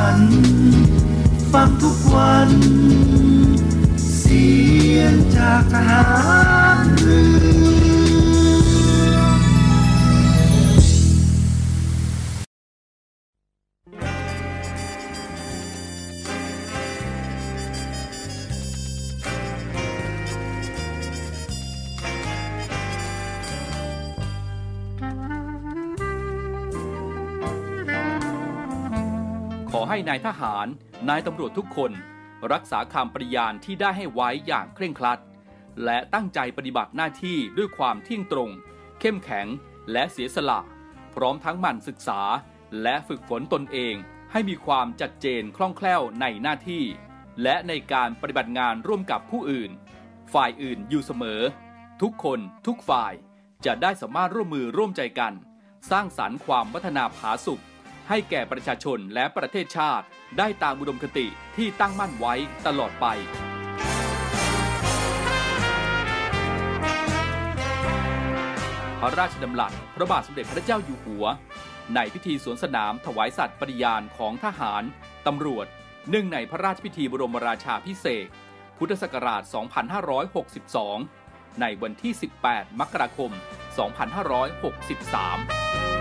นฟังทุกวันเสียงจากทหารเรือขอให้นายทหารนายตำรวจทุกคนรักษาคำปฏิญาณที่ได้ให้ไว้อย่างเคร่งครัดและตั้งใจปฏิบัติหน้าที่ด้วยความเที่ยงตรงเข้มแข็งและเสียสละพร้อมทั้งหมั่นศึกษาและฝึกฝนตนเองให้มีความชัดเจนคล่องแคล่วในหน้าที่และในการปฏิบัติงานร่วมกับผู้อื่นฝ่ายอื่นอยู่เสมอทุกคนทุกฝ่ายจะได้สามารถร่วมมือร่วมใจกันสร้างสรรค์ความพัฒนาผาสุกให้แก่ประชาชนและประเทศชาติได้ตามอุดมคติที่ตั้งมั่นไว้ตลอดไปพระราชดำรัสพระบาทสมเด็จพระเจ้าอยู่หัวในพิธีสวนสนามถวายสัตย์ปฏิญาณของทหารตำรวจเนื่องในพระราชพิธีบรมราชาภิเษกพุทธศักราช 2562 ในวันที่ 18 มกราคม 2563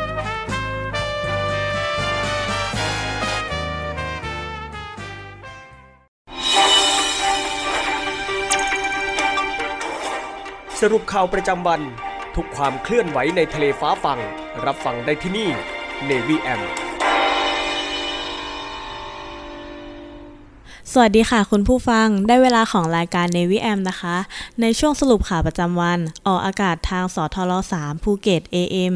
สรุปข่าวประจำวันทุกความเคลื่อนไหวในทะเลฟ้าฟังรับฟังได้ที่นี่ Navy AM สวัสดีค่ะคุณผู้ฟังได้เวลาของรายการ Navy AM นะคะในช่วงสรุปข่าวประจำวันออกอากาศทางสทร3ภูเก็ต AM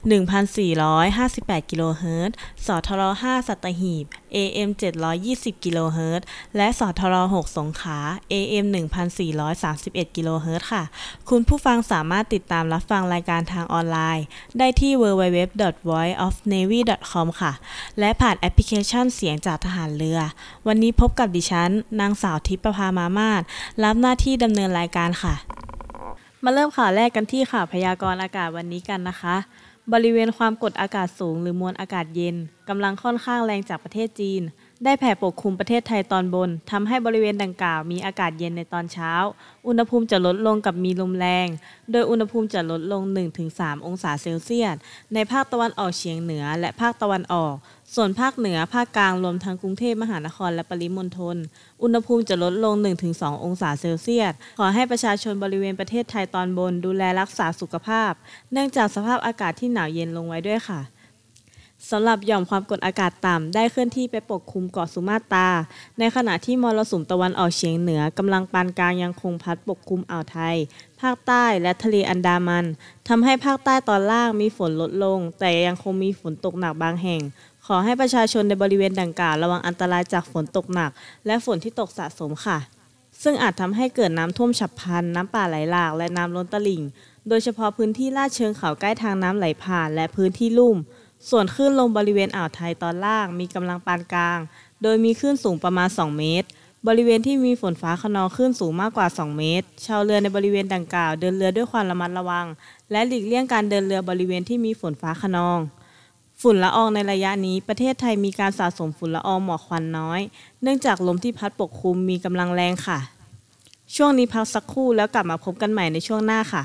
1458 กิโลเฮิรตซ์สทร5สัตหีบ AM 720 กิโลเฮิรตซ์และสทร6สงขลา AM 1431 กิโลเฮิรตซ์ค่ะคุณผู้ฟังสามารถติดตามรับฟังรายการทางออนไลน์ได้ที่ www.voiceofnavy.com ค่ะและผ่านแอปพลิเคชันเสียงจากทหารเรือวันนี้พบกับดิฉันนางสาวทิพย์ประภามามาศรับหน้าที่ดำเนินรายการค่ะมาเริ่มข่าวแรกกันที่ข่าวพยากรณ์อากาศวันนี้กันนะคะบริเวณความกดอากาศสูงหรือมวลอากาศเย็นกำลังค่อนข้างแรงจากประเทศจีนได้แผ่ปกคลุมประเทศไทยตอนบนทำให้บริเวณดังกล่าวมีอากาศเย็นในตอนเช้าอุณหภูมิจะลดลงกับมีลมแรงโดยอุณหภูมิจะลดลง 1-3 องศาเซลเซียสในภาคตะวันออกเฉียงเหนือและภาคตะวันออกส่วนภาคเหนือภาคกลางรวมทั้งกรุงเทพมหานครและปริมณฑลอุณหภูมิจะลดลง 1-2 องศาเซลเซียสขอให้ประชาชนบริเวณประเทศไทยตอนบนดูแลรักษาสุขภาพเนื่องจากสภาพอากาศที่หนาวเย็นลงไว้ด้วยค่ะสำหรับหย่อมความกดอากาศต่ำได้เคลื่อนที่ไปปกคลุมเกาะสุมาตราในขณะที่มรสุมตะวันออกเฉียงเหนือกำลังปานกลางยังคงพัดปกคลุมอ่าวไทยภาคใต้และทะเลอันดามันทำให้ภาคใต้ตอนล่างมีฝนลดลงแต่ยังคงมีฝนตกหนักบางแห่งขอให้ประชาชนในบริเวณดังกล่าวระวังอันตรายจากฝนตกหนักและฝนที่ตกสะสมค่ะซึ่งอาจทำให้เกิดน้ำท่วมฉับพลันน้ำป่าไหลหลากและน้ำล้นตลิ่งโดยเฉพาะพื้นที่ลาดเชิงเขาใกล้ทางน้ำไหลผ่านและพื้นที่ลุ่มส่วนคลื่นลมบริเวณอ่าวไทยตอนล่างมีกำลังปานกลางโดยมีคลื่นสูงประมาณ2เมตรบริเวณที่มีฝนฟ้าคะนองคลื่นสูงมากกว่า2เมตรชาวเรือในบริเวณดังกล่าวเดินเรือด้วยความระมัดระวังและหลีกเลี่ยงการเดินเรือบริเวณที่มีฝนฟ้าคะนองฝุ่นละอองในระยะนี้ประเทศไทยมีการสะสมฝุ่นละอองหมอกควันน้อยเนื่องจากลมที่พัดปกคลุมมีกำลังแรงค่ะช่วงนี้พักสักครู่แล้วกลับมาพบกันใหม่ในช่วงหน้าค่ะ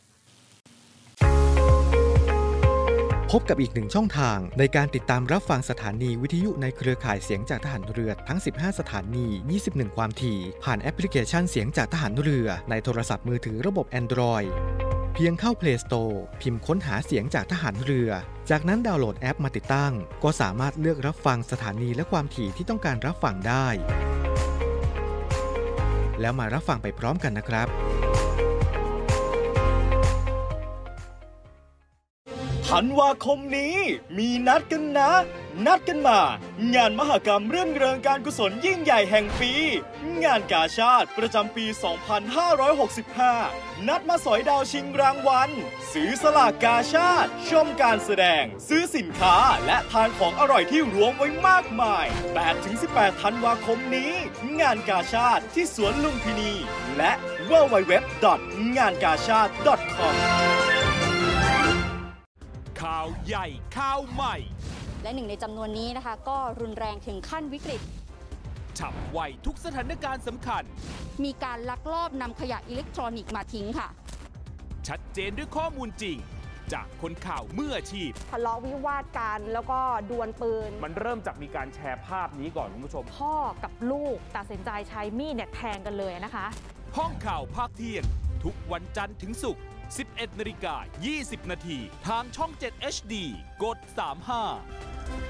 พบกับอีกหนึ่งช่องทางในการติดตามรับฟังสถานีวิทยุในเครือข่ายเสียงจากทหารเรือทั้ง15สถานี21ความถี่ผ่านแอปพลิเคชันเสียงจากทหารเรือในโทรศัพท์มือถือระบบ Android เพียงเข้า Play Store พิมพ์ค้นหาเสียงจากทหารเรือจากนั้นดาวน์โหลดแอปมาติดตั้งก็สามารถเลือกรับฟังสถานีและความถี่ที่ต้องการรับฟังได้แล้วมารับฟังไปพร้อมกันนะครับธันวาคมนี้มีนัดกันนะนัดกันมางานมหกรรมเรื่องเริงการกุศลยิ่งใหญ่แห่งปีงานกาชาดประจำปี 2565 นัดมาสอยดาวชิงรางวัลซื้อสลากกาชาดชมการแสดงซื้อสินค้าและทานของอร่อยที่รวมไว้มากมาย 8-18 ธันวาคมนี้งานกาชาดที่สวนลุมพินีและ www.ngankashad.com ข่าวใหญ่ข่าวใหม่และหนึ่งในจำนวนนี้นะคะก็รุนแรงถึงขั้นวิกฤตฉับไวทุกสถานการณ์สำคัญมีการลักลอบนำขยะอิเล็กทรอนิกส์มาทิ้งค่ะชัดเจนด้วยข้อมูลจริงจากคนข่าวมืออาชีพทะเลาะวิวาทกันแล้วก็ดวลปืนมันเริ่มจากมีการแชร์ภาพนี้ก่อนคุณผู้ชมพ่อกับลูกตัดสินใจใช้มีดเนี่ยแทงกันเลยนะคะห้องข่าวภาคเที่ยงทุกวันจันทร์ถึงศุกร์ 11:20 น.ทางช่อง 7 HD กด 35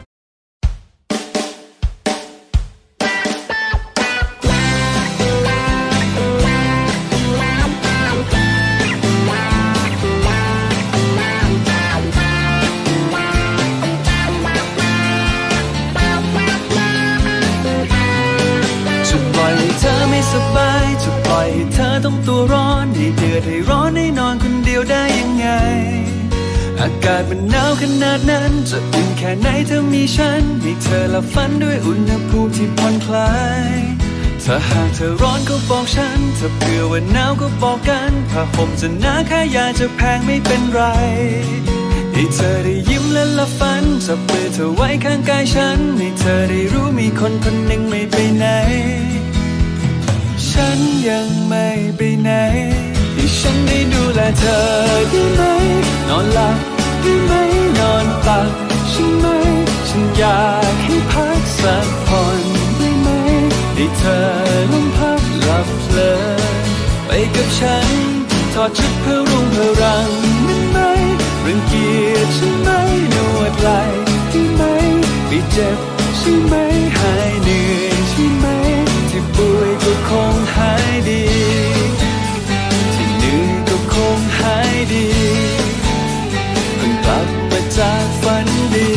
สบายจะปล่อยให้เธอต้องตัวร้อนให้เดือดให้ร้อนให้นอนคนเดียวได้ยังไงอากาศมันหนาวขนาดนั้นจะอุ่นแค่ไหนเธอมีฉันให้เธอหลับฝันด้วยอุณหภูมิที่ผ่อนคลายถ้าหากเธอร้อนก็บอกฉันถ้าเผื่อว่าหนาวก็บอกกันผ้าห่มจะหนาแค่ยาจะแพงไม่เป็นไรให้เธอได้ยิ้มและหลับฝันจับมือเธอไว้ข้างกายฉันให้เธอได้รู้มีคนคนหนึ่งไม่ไปไหนฉันยังไม่ไปไหนให้ฉันได้ดูแลเธอได้ไหมนอนหลับได้ไหมนอนตักใช่ไหมฉันอยากให้พักสักผ่อนได้ไหมให้เธอลมพักหลับเพลินไปกับฉันถอดชุดเพื่อรุ่งเพื่อรังได้ไหมรังเกียจใช่ไหมนวดไหล่ได้ไหมไม่เจ็บใช่ไหมหายเหนื่อยใช่ไหมที่ป่วยก็คงหายดีที่เหนื่อยก็คงหายดีเพิ่งกลับมาจากฝันดี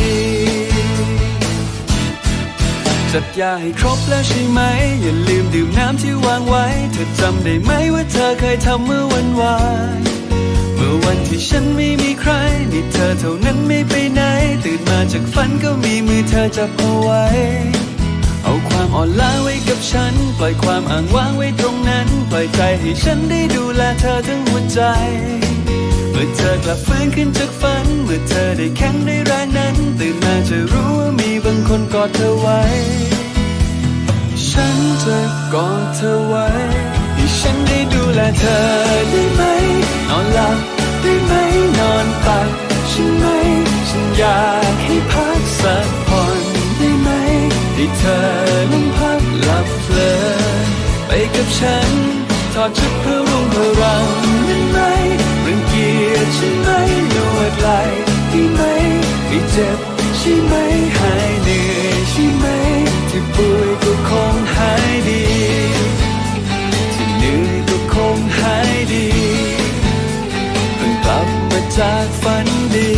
จัดยาให้ครบแล้วใช่ไหมอย่าลืมดื่มน้ำที่วางไว้เธอจำได้ไหมว่าเธอเคยทำเมื่อวันวานเมื่อวันที่ฉันไม่มีใครมีเธอเท่านั้นไม่ไปไหนตื่นมาจากฝันก็มีมือเธอจับเอาไว้เอาความอ่อนล้าไว้กับฉันปล่อยความอ้างว้างไว้ตรงนั้นปล่อยใจให้ฉันได้ดูแลเธอทั้งหัวใจเมื่อเธอกลับฟื้นขึ้นจากฝันเมื่อเธอได้แข็งได้แรงนั้นตื่นมาจะรู้ว่ามีบางคนกอดเธอไว้ฉันจะกอดเธอไว้ให้ฉันได้ดูแลเธอได้ไหมนอนหลับได้ไหมนอนตักใช่ไหมฉันอยากให้พักสักผ่อนได้ไหมให้เธอลมพักหลับเพลินไปกับฉันถอดชุดเพื่อรุ่งเพื่อรังได้ไหมรังเกียจใช่ไหมนวดไหล่ได้ไหมไม่เจ็บใช่ไหมหายเหนื่อยใช่ไหมที่ป่วยก็คงหายดีที่เหนื่อยก็คงหายดีเพิ่งกลับมาจากฝันดี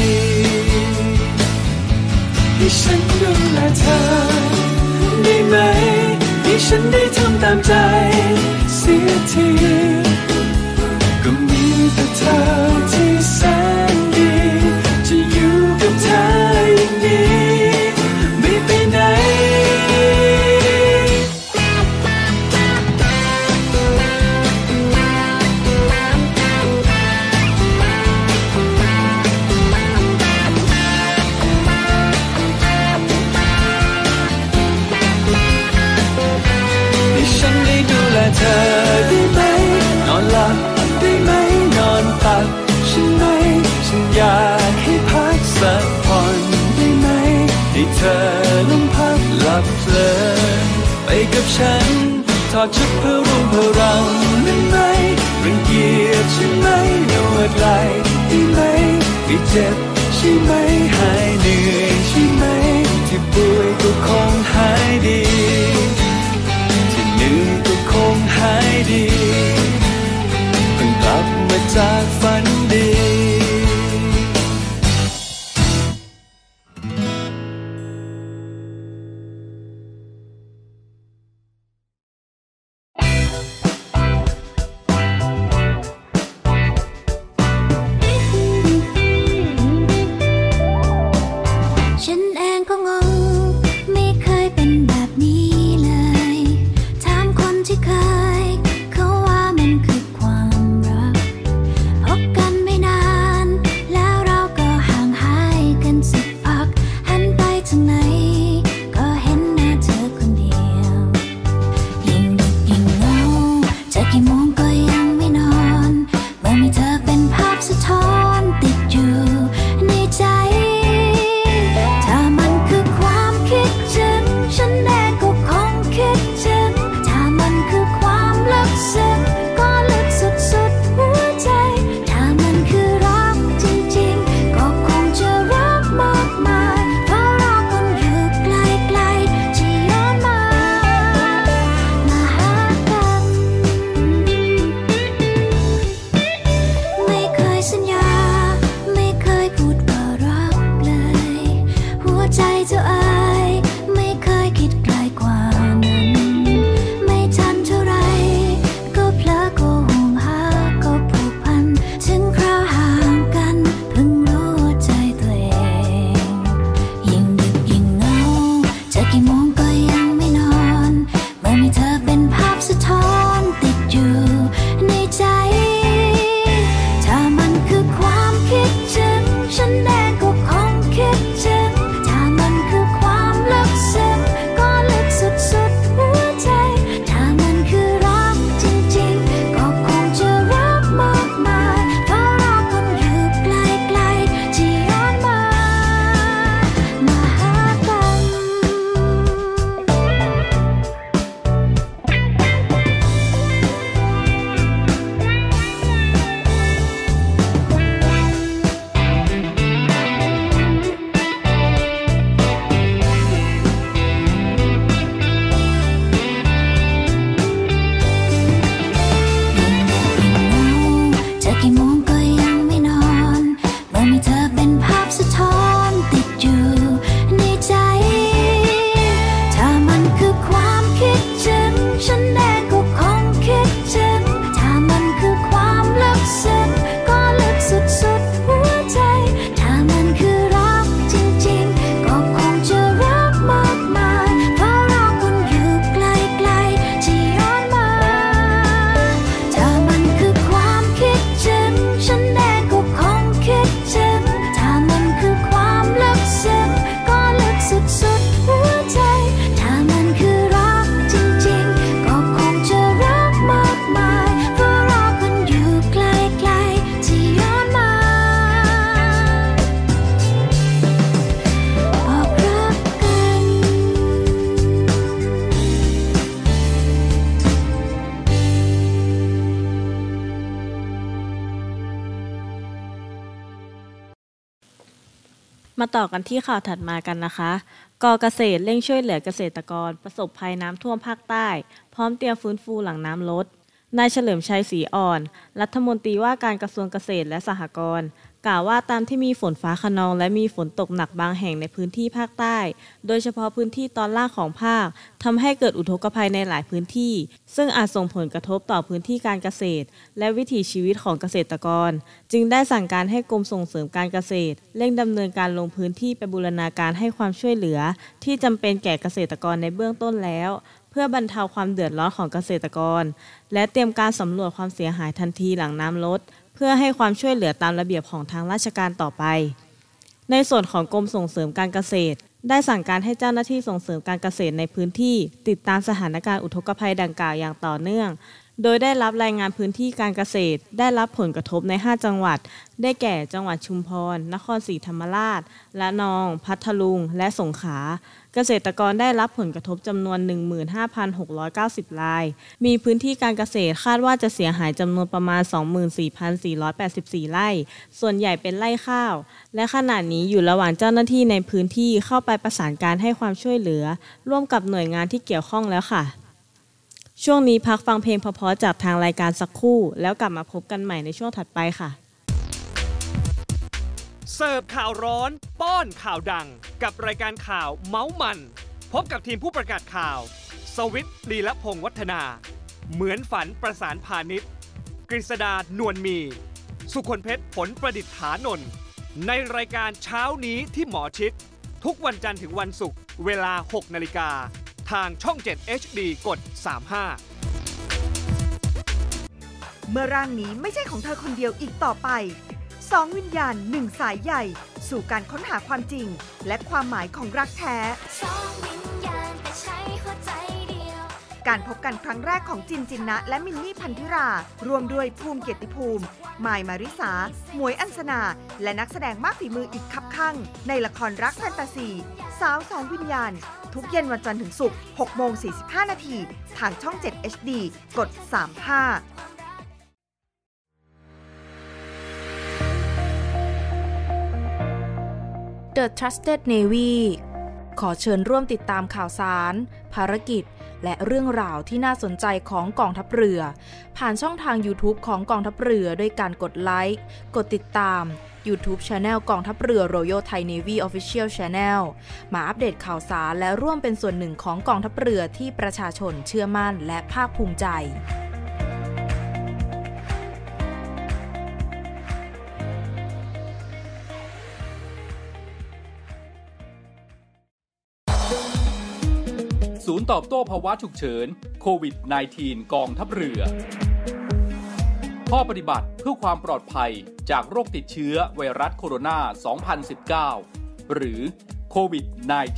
ให้ฉันดูแลเธอได้ไหมให้ฉันได้ทำตามใจเสียทีก็มีแต่เธอที่แสนดีจะอยู่กับเธออย่างนี้ไม่ไปไหนเธอได้ไหมนอนหลับได้ไหมนอนตักใช่ไหมฉันอยากให้พักสักผ่อนได้ไหมให้เธอลมพักหลับเพลินไปกับฉันถอดชุดเพื่อรุ่งเพื่อรังได้ไหมรังเกียจใช่ไหมนวดไหล่ได้ไหมไม่เจ็บใช่ไหมหายเหนื่อยใช่ไหมที่ป่วยก็คงหายดีคงหายดีเพิ่งกลับมาจากฝันดีถมาต่อกันที่ข่าวถัดมากันนะคะก.เกษตรเร่งช่วยเหลือเกษตรกรประสบภัยน้ำท่วมภาคใต้พร้อมเตรียมฟื้นฟูหลังน้ำลดนายเฉลิมชัยศรีอ่อนรัฐมนตรีว่าการกระทรวงเกษตรและสหกรณ์กล่าวว่าตามที่มีฝนฟ้าคะนองและมีฝนตกหนักบางแห่งในพื้นที่ภาคใต้โดยเฉพาะพื้นที่ตอนล่างของภาคทำให้เกิดอุทกภัยในหลายพื้นที่ซึ่งอาจส่งผลกระทบต่อพื้นที่การเกษตรและวิถีชีวิตของเกษตรกรจึงได้สั่งการให้กรมส่งเสริมการเกษตรเร่งดำเนินการลงพื้นที่ไปบูรณาการให้ความช่วยเหลือที่จำเป็นแก่เกษตรกรในเบื้องต้นแล้วเพื่อบรรเทาความเดือดร้อนของเกษตรกรและเตรียมการสำรวจความเสียหายทันทีหลังน้ำลดเพื่อให้ความช่วยเหลือตามระเบียบของทางราชการต่อไปในส่วนของกรมส่งเสริมการเกษตรได้สั่งการให้เจ้าหน้าที่ส่งเสริมการเกษตรในพื้นที่ติดตามสถานการณ์อุทกภัยดังกล่าวอย่างต่อเนื่องโดยได้รับรายงานพื้นที่การเกษตรได้รับผลกระทบใน5จังหวัดได้แก่จังหวัดชุมพรนครศรีธรรมราชระนองพัทลุงและสงขลาเกษตรกรได้รับผลกระทบจำนวน 15,690 รายมีพื้นที่การเกษตรคาดว่าจะเสียหายจำนวนประมาณ 24,484 ไร่ส่วนใหญ่เป็นไร่ข้าวและขณะนี้อยู่ระหว่างเจ้าหน้าที่ในพื้นที่เข้าไปประสานการให้ความช่วยเหลือร่วมกับหน่วยงานที่เกี่ยวข้องแล้วค่ะช่วงนี้พักฟังเพลงเพราะๆจากทางรายการสักครู่แล้วกลับมาพบกันใหม่ในช่วงถัดไปค่ะเสิร์ฟข่าวร้อนป้อนข่าวดังกับรายการข่าวเมาส์มันพบกับทีมผู้ประกาศข่าวสวิทย์ลีละพงษ์วัฒนาเหมือนฝันประสานพาณิชย์กฤษดานวลมีสุคนเพชรผลประดิษฐานนท์ในรายการเช้านี้ที่หมอชิดทุกวันจันทร์ถึงวันศุกร์เวลา 6 นาฬิกาทางช่อง 7 HD กด 35 เมื่อร่างนี้ไม่ใช่ของเธอคนเดียวอีกต่อไป2วิญญาณ1สายใหญ่สู่การค้นหาความจริงและความหมายของรักแท้การพบกันครั้งแรกของจินจินนะและมินนี่พันธิรารวมด้วยภูมิเกียรติภูมิมายมาริสาหมวยอัญชนาและนักแสดงมากฝีมืออีกคับข้างในละครรักแฟนตาซีสาว2วิญญาณทุกเย็นวันจันทร์ถึงศุกร์ 6:45 นาทีทางช่อง 7 HD กด 35 The Trusted Navy ขอเชิญร่วมติดตามข่าวสารภารกิจและเรื่องราวที่น่าสนใจของกองทัพเรือผ่านช่องทาง YouTube ของกองทัพเรือด้วยการกดไลค์กดติดตาม YouTube Channel กองทัพเรือ Royal Thai Navy Official Channel มาอัปเดตข่าวสารและร่วมเป็นส่วนหนึ่งของกองทัพเรือที่ประชาชนเชื่อมั่นและภาคภูมิใจศูนย์ตอบโต้ภาวะฉุกเฉินโควิด -19 กองทัพเรือข้อปฏิบัติเพื่อความปลอดภัยจากโรคติดเชื้อไวรัสโคโรนา 2019 หรือโควิด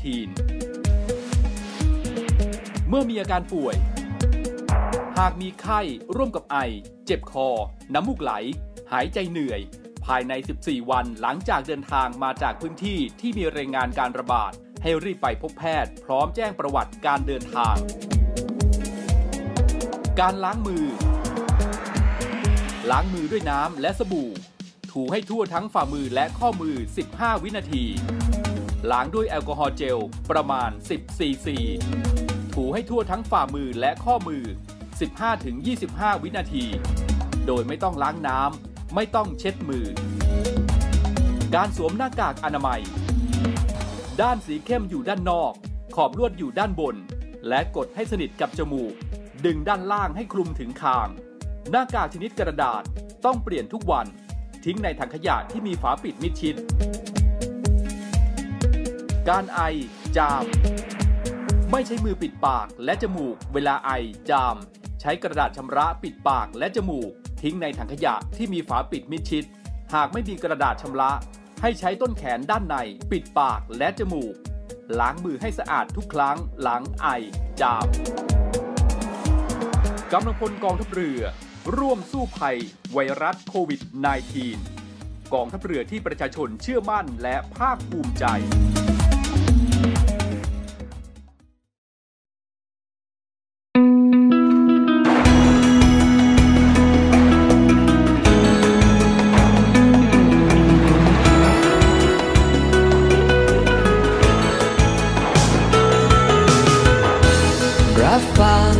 -19 เมื่อมีอาการป่วยหากมีไข้ร่วมกับไอเจ็บคอน้ำมูกไหลหายใจเหนื่อยภายใน14วันหลังจากเดินทางมาจากพื้นที่ที่มีรายงานการระบาดให้รีบไปพบแพทย์พร้อมแจ้งประวัติการเดินทางการล้างมือด้วยน้ำและสบู่ถูให้ทั่วทั้งฝ่ามือและข้อมือ15วินาทีล้างด้วยแอลกอฮอล์เจลประมาณ10 ซีซีถูให้ทั่วทั้งฝ่ามือและข้อมือ 15-25 วินาทีโดยไม่ต้องล้างน้ำไม่ต้องเช็ดมือการสวมหน้ากากอนามัยด้านสีเข้มอยู่ด้านนอกขอบลวดอยู่ด้านบนและกดให้สนิทกับจมูกดึงด้านล่างให้คลุมถึงคางหน้ากากชนิดกระดาษต้องเปลี่ยนทุกวันทิ้งในถังขยะที่มีฝาปิดมิดชิดการไอจามไม่ใช้มือปิดปากและจมูกเวลาไอจามใช้กระดาษชำระปิดปากและจมูกทิ้งในถังขยะที่มีฝาปิดมิดชิดหากไม่มีกระดาษชำระให้ใช้ต้นแขนด้านในปิดปากและจมูกล้างมือให้สะอาดทุกครั้งหลังไอจามกำลังพลกองทัพเรือร่วมสู้ภัยไวรัสโควิด -19 กองทัพเรือที่ประชาชนเชื่อมั่นและภาคภูมิใจง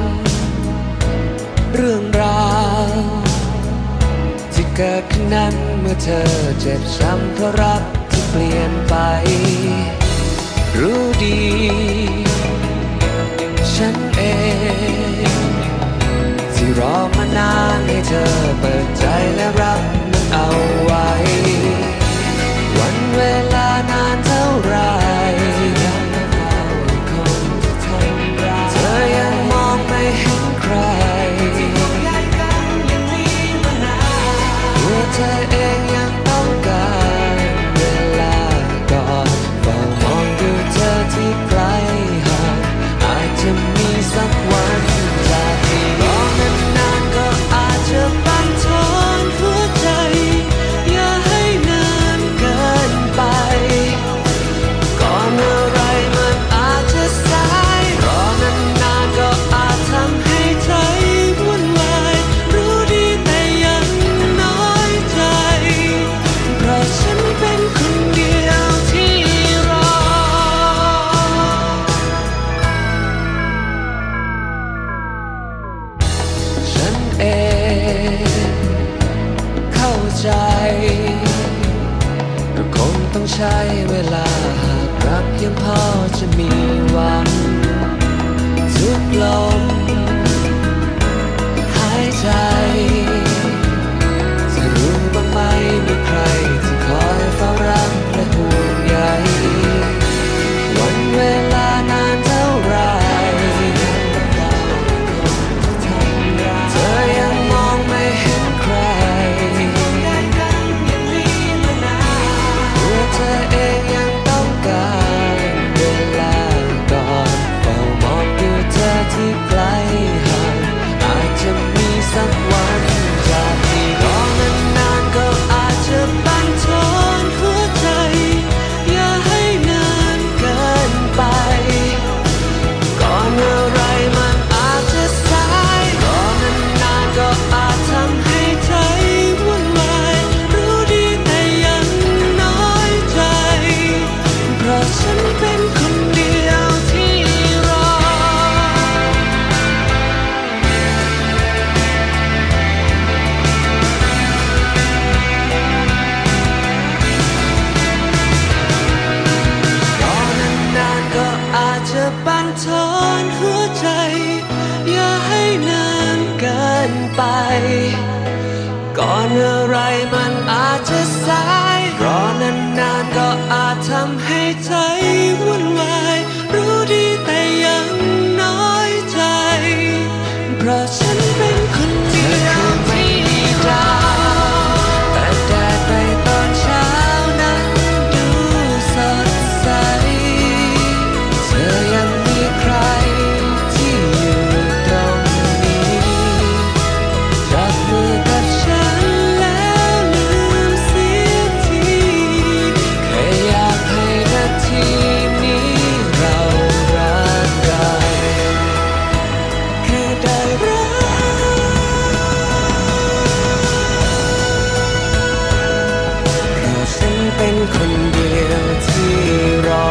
เรื่องราวที่เกิดขึ้นนั้นเมื่อเธอเจ็บช้ำเพราะรักที่เปลี่ยนไปรู้ดีฉันเองที่รอมานานให้เธอเปิดใจและรับมันเอาไว้วันเวลานานเท่าไรเธอยังมองไม่เห็นใครตัวเธอเองยังต้องการเวลาก่อนเฝ้ามองดูเธอที่ไกลห่างอาจจะมีสักวันจากที่รอนานๆก็อาจจะบั่นทอนหัวใจอย่าให้นานเกินไปก่อนอะไรมันอาจจะสายรอนานๆก็อาจทำให้ใจวุ่นวายรู้ดีแต่ยังน้อยใจเพราะฉันเป็นคนเดียวที่รอฉันเองเข้าใจก็คงต้องใช้เวลาหากรักยังพอจะมีหวังทุกลมหายใจจะรู้บ้างไหมมีใครที่คอยเฝ้ารักและห่วงใยวันเวลานานเท่าไรเธอยังมองไม่เห็นใครตัวเธอเองยังต้องการเวลาก่อนเฝ้ามองดูเธอที่ไกลห่างอาจจะมีสักวันจากที่รอนานๆก็อาจจะบั่นทอนหัวใจอย่าให้นานเกินไปก่อนอะไรมันอาจจะสายรอนานๆก็อาจทำให้ใจวุ่นวายรู้ดีแต่ยังน้อยใจเพราะฉันเป็นคนเดียวที่รอรอนานๆก็อาจจะบั่นทอนหัวใจอย่าให้นานเกินไปก่อนอะไรมันอาจจะสายรอนานๆก็อาจทำให้ใจวุ่นวายรู้ดีแต่ยังน้อยใจเพราะฉันเป็นคนเดียวที่รอแต่แดดในตอนเช้านั้นดูสดใสเธอยังมีใครที่อยู่ตรงนี้จับมือกับฉันแล้วลืมเสียทีแค่อยากให้นาทีนี้เรารักกันแค่ได้รักเพราะฉันเป็นคนเดียวที่รอ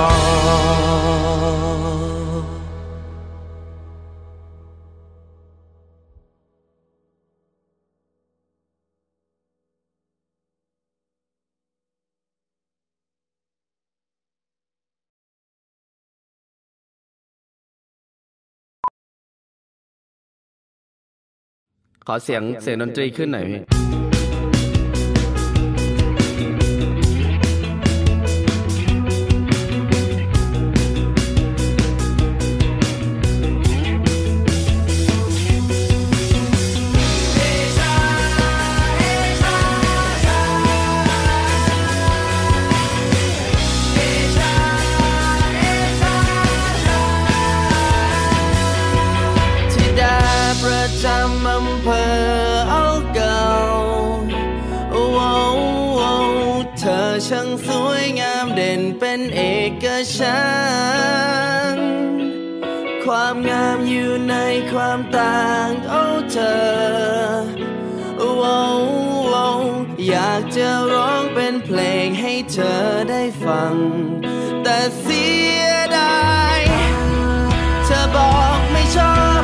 ขอเสียงดนตรีขึ้นหน่อยพี่จำอำเภอเอาเก่าเธอช่างสวยงามเด่นเป็นเอกฉันท์ความงามอยู่ในความต่างเธออยากจะร้องเป็นเพลงให้เธอได้ฟังแต่เสียดายเธอบอกไม่ชอบ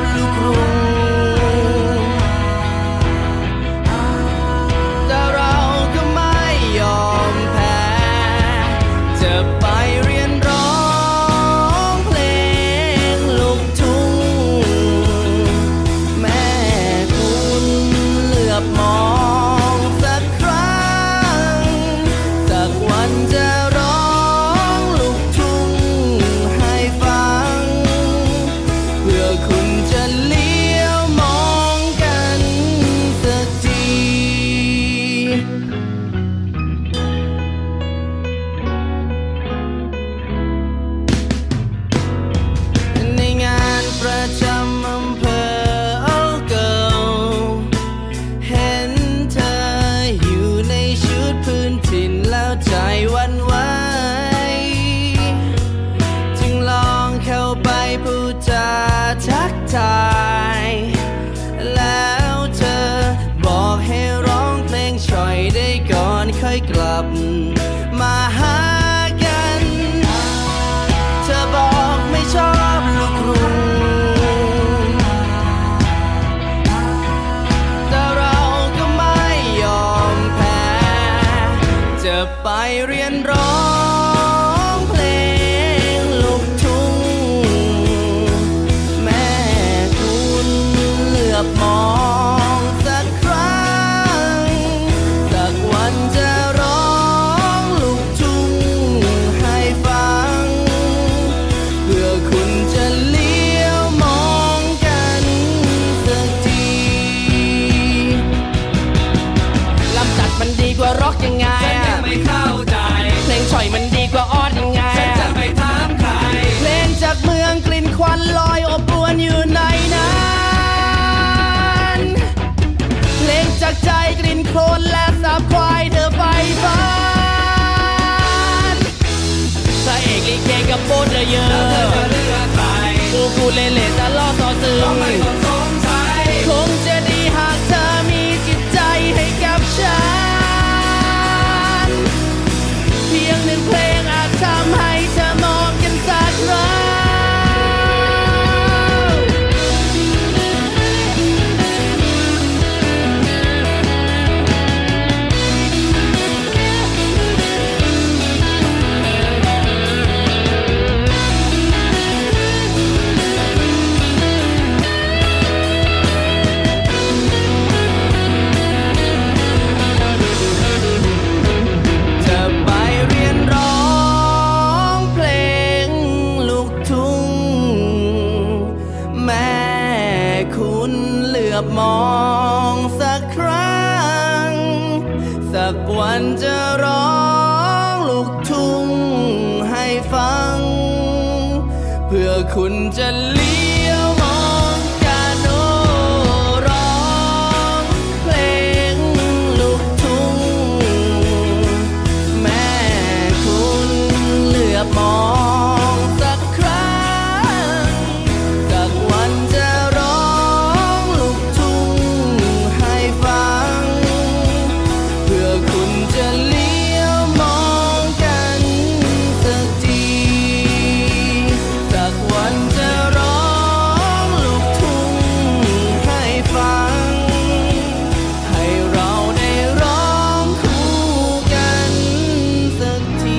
ชายแล้วเธอบอกให้ร้องเพลงช่อยได้ก่อนค่อยกลับมาหากันเธอบอกไม่ชอบลูกกรุงแต่เราก็ไม่ยอมแพ้จะไปเรียนร้องเพลงลูกทุ่งแม่คุณเหลือบมองสักครั้งสักวันจะร้องลูกทุ่งให้ฟังเพื่อคุณจะเลี้ยวมองกันสักทีลำตัดมันดีกว่าร็อกยังไงฉันยังไม่เข้าใจเพลงช่อยมันดีกว่าออดยังไงฉันจะไปถามใครเพลงจากเมืองกลิ่นควันลอยอบอวลอยู่ในนั้นเพลงจากใจกลิ่นโคลนและสาบควายเธอไฟฟ้าพระเอกลิเกกับโบเธอเยอะแล้วเธอจะเลือกใครกูเล่ๆจะล่อต่อซึมก็ไม่ต้องสงสัยคงจะดีหากเธอมีจิตใจให้กับฉันเพียงหนึ่งเพลงอาจทำให้เธอมองกันสักครั้งจะไปเรียนร้องเพลงลูกทุ่งแม่คุณเหลือบมองสักครั้งสักวันจะร้องลูกทุ่งให้ฟังเพื่อคุณจะเลี้ยวมองกันโอ้ร้องเพลงลูกทุ่งแม่คุณเหลือบมองสักครั้งสักวันจะร้องลูกทุ่งให้ฟังเพื่อคุณจะเลี้ยวมองกันสักทีสักวันจะร้องลูกทุ่งให้ฟังให้เราได้ร้องคู่กันสักที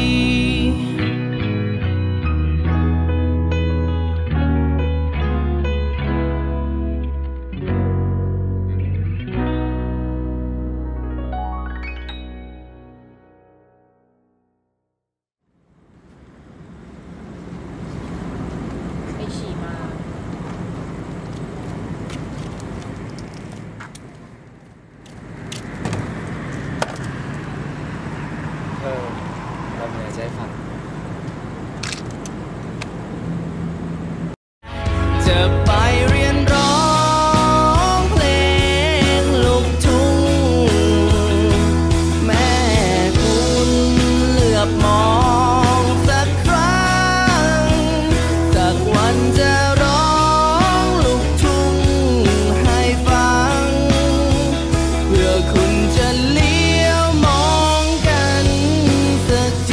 ไปฉี่มาเราเหนื่อยใจฟังจะไปเรียนร้องเพลงลูกทุ่งแม่คุณเหลือบมองสักครั้งสักวันจะร้องลูกทุ่งให้ฟังเพื่อคุณจะเลี้ยวมองกันสักที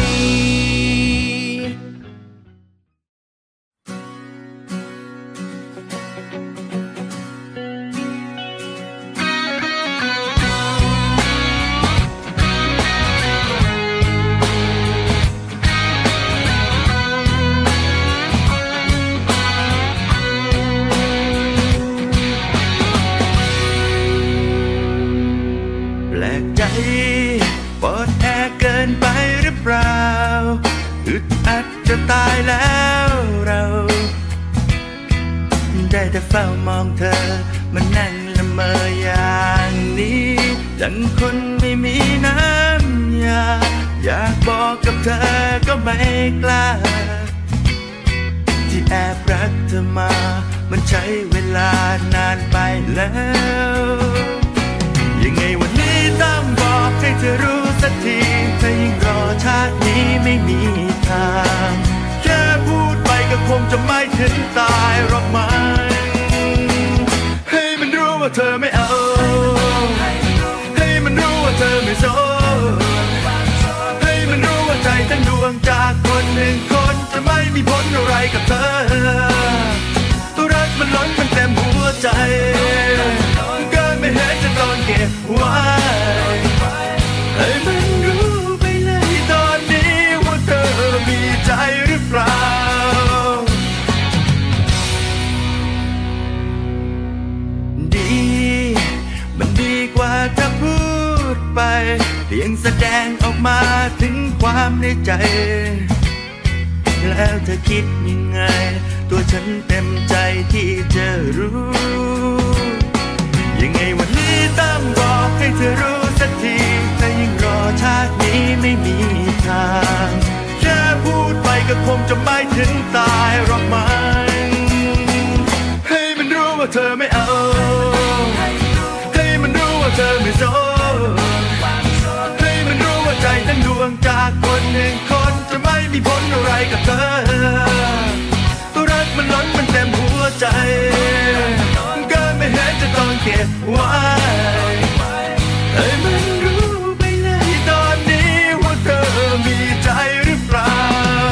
ปอดแอเกินไปหรือเปล่าอึดอัดจะตายแล้วเราได้แต่เฝ้ามองเธอมันนั่งละเมออย่างนี้ดังคนไม่มีน้ำยาอยากบอกกับเธอก็ไม่กล้าที่แอบรักเธอมามันใช้เวลานานไปแล้วยังไงวันนี้ต้องบอกให้เธอรู้สักทีถ้ายิ่งรอชาตินี้ไม่มีทางแค่พูดไปก็คงจะไม่ถึงตายหรอกมั้งว่าเธอไม่เอาให้มันรู้ว่าเธอไม่สนให้มันรู้ว่าใจทั้งดวงจากคนหนึ่งคนจะไม่มีผลอะไรกับเธอรักมันล้นมันเต็มหัวใจก็ไม่เห็นจะต้องเก็บไว้ให้มันรู้ไปเลยตอนนี้ว่าเธอมีใจหรือเปล่ามันดีกว่าจะพูดไปเพียงแสดงออกมาถึงความในใจแล้วเธอคิดยังไงตัวฉันเต็มใจที่จะรู้ยังไงวันนี้ต้องบอกให้เธอรู้สักทีถ้ายังรอชาตินี้ไม่มีทางแค่พูดไปก็คงจะไม่ถึงตายหรอกมั้งให้มันรู้ว่าเธอไม่เอาให้มันรู้ว่าเธอไม่สนให้มันรู้ว่าใจทั้งดวงจากคนหนึ่งคนจะไม่มีผลอะไรกับเธอรักมันล้นมันเต็มหัวใจก็ไม่เห็นจะต้องเก็บไว้ให้มันรู้ไปเลยตอนนี้ว่าเธอมีใจหรือเปล่า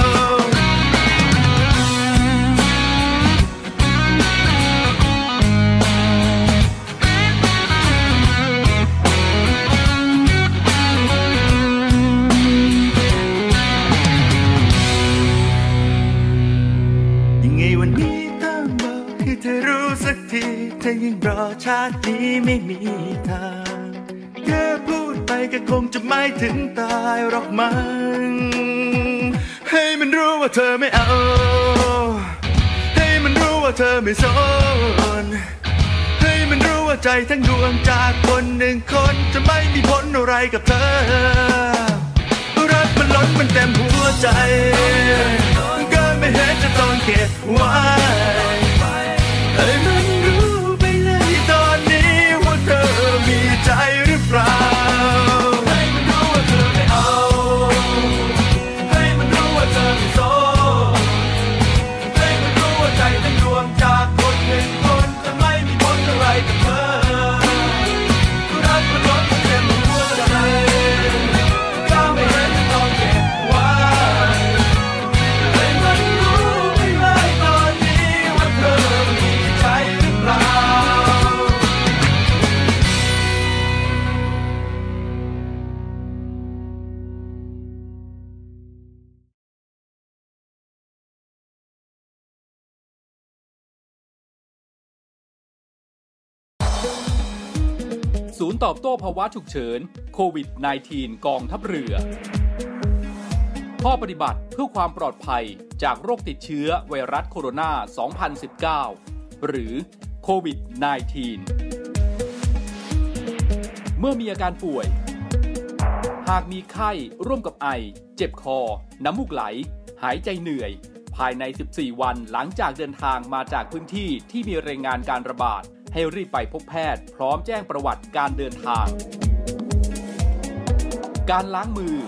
ถ้ายังรอชาตินี้ไม่มีทางแค่พูดไปก็คงจะไม่ถึงตายหรอกมั้งให้มันรู้ว่าเธอไม่เอาให้มันรู้ว่าเธอไม่สนให้มันรู้ว่าใจทั้งดวงจากคนหนึ่งคนจะไม่มีผลอะไรกับเธอรักมันล้นมันเต็มหัวใจก็ไม่เห็นจะต้องเก็บไว้ให้มันรู้ไปเลยตอนนี้ว่าเธอมีใจหรือเปล่าให้มันรู้ว่าเธอไม่เอาให้มันรู้ว่าเธอไม่สนให้มันรู้ว่าใจทั้งดวงจากคนหนึ่งคนจะไม่มีผลอะไรกับเธอรักมันล้นมันเต็มหัวใจก็ไม่เห็นจะต้องเก็บไว้ให้มันรู้ไปเลยตอนนี้ว่าเธอศูนย์ตอบโต้ภาวะฉุกเฉินโควิด -19 กองทัพเรือข้อปฏิบัติเพื่อความปลอดภัยจากโรคติดเชื้อไวรัสโคโรนา 2019 หรือโควิด -19 เมื่อมีอาการป่วยหากมีไข้ร่วมกับไอเจ็บคอน้ำมูกไหลหายใจเหนื่อยภายใน14วันหลังจากเดินทางมาจากพื้นที่ที่มีรายงานการระบาดให้รีบไปพบแพทย์พร้อมแจ้งประวัติการเดินทางการล้างมือ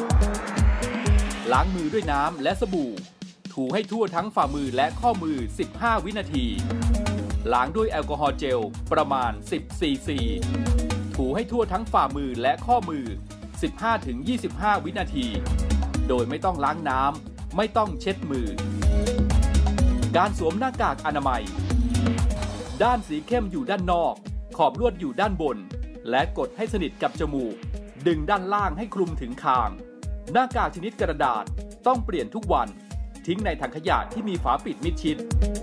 ด้วยน้ำและสบู่ถูให้ทั่วทั้งฝ่ามือและข้อมือ15วินาทีล้างด้วยแอลกอฮอล์เจลประมาณ10 ซีซีถูให้ทั่วทั้งฝ่ามือและข้อมือ 15-25 วินาทีโดยไม่ต้องล้างน้ำไม่ต้องเช็ดมือการสวมหน้ากากอนามัยด้านสีเข้มอยู่ด้านนอกขอบลวดอยู่ด้านบนและกดให้สนิทกับจมูกดึงด้านล่างให้คลุมถึงคางหน้ากากชนิดกระดาษต้องเปลี่ยนทุกวันทิ้งในถังขยะที่มีฝาปิดมิดชิด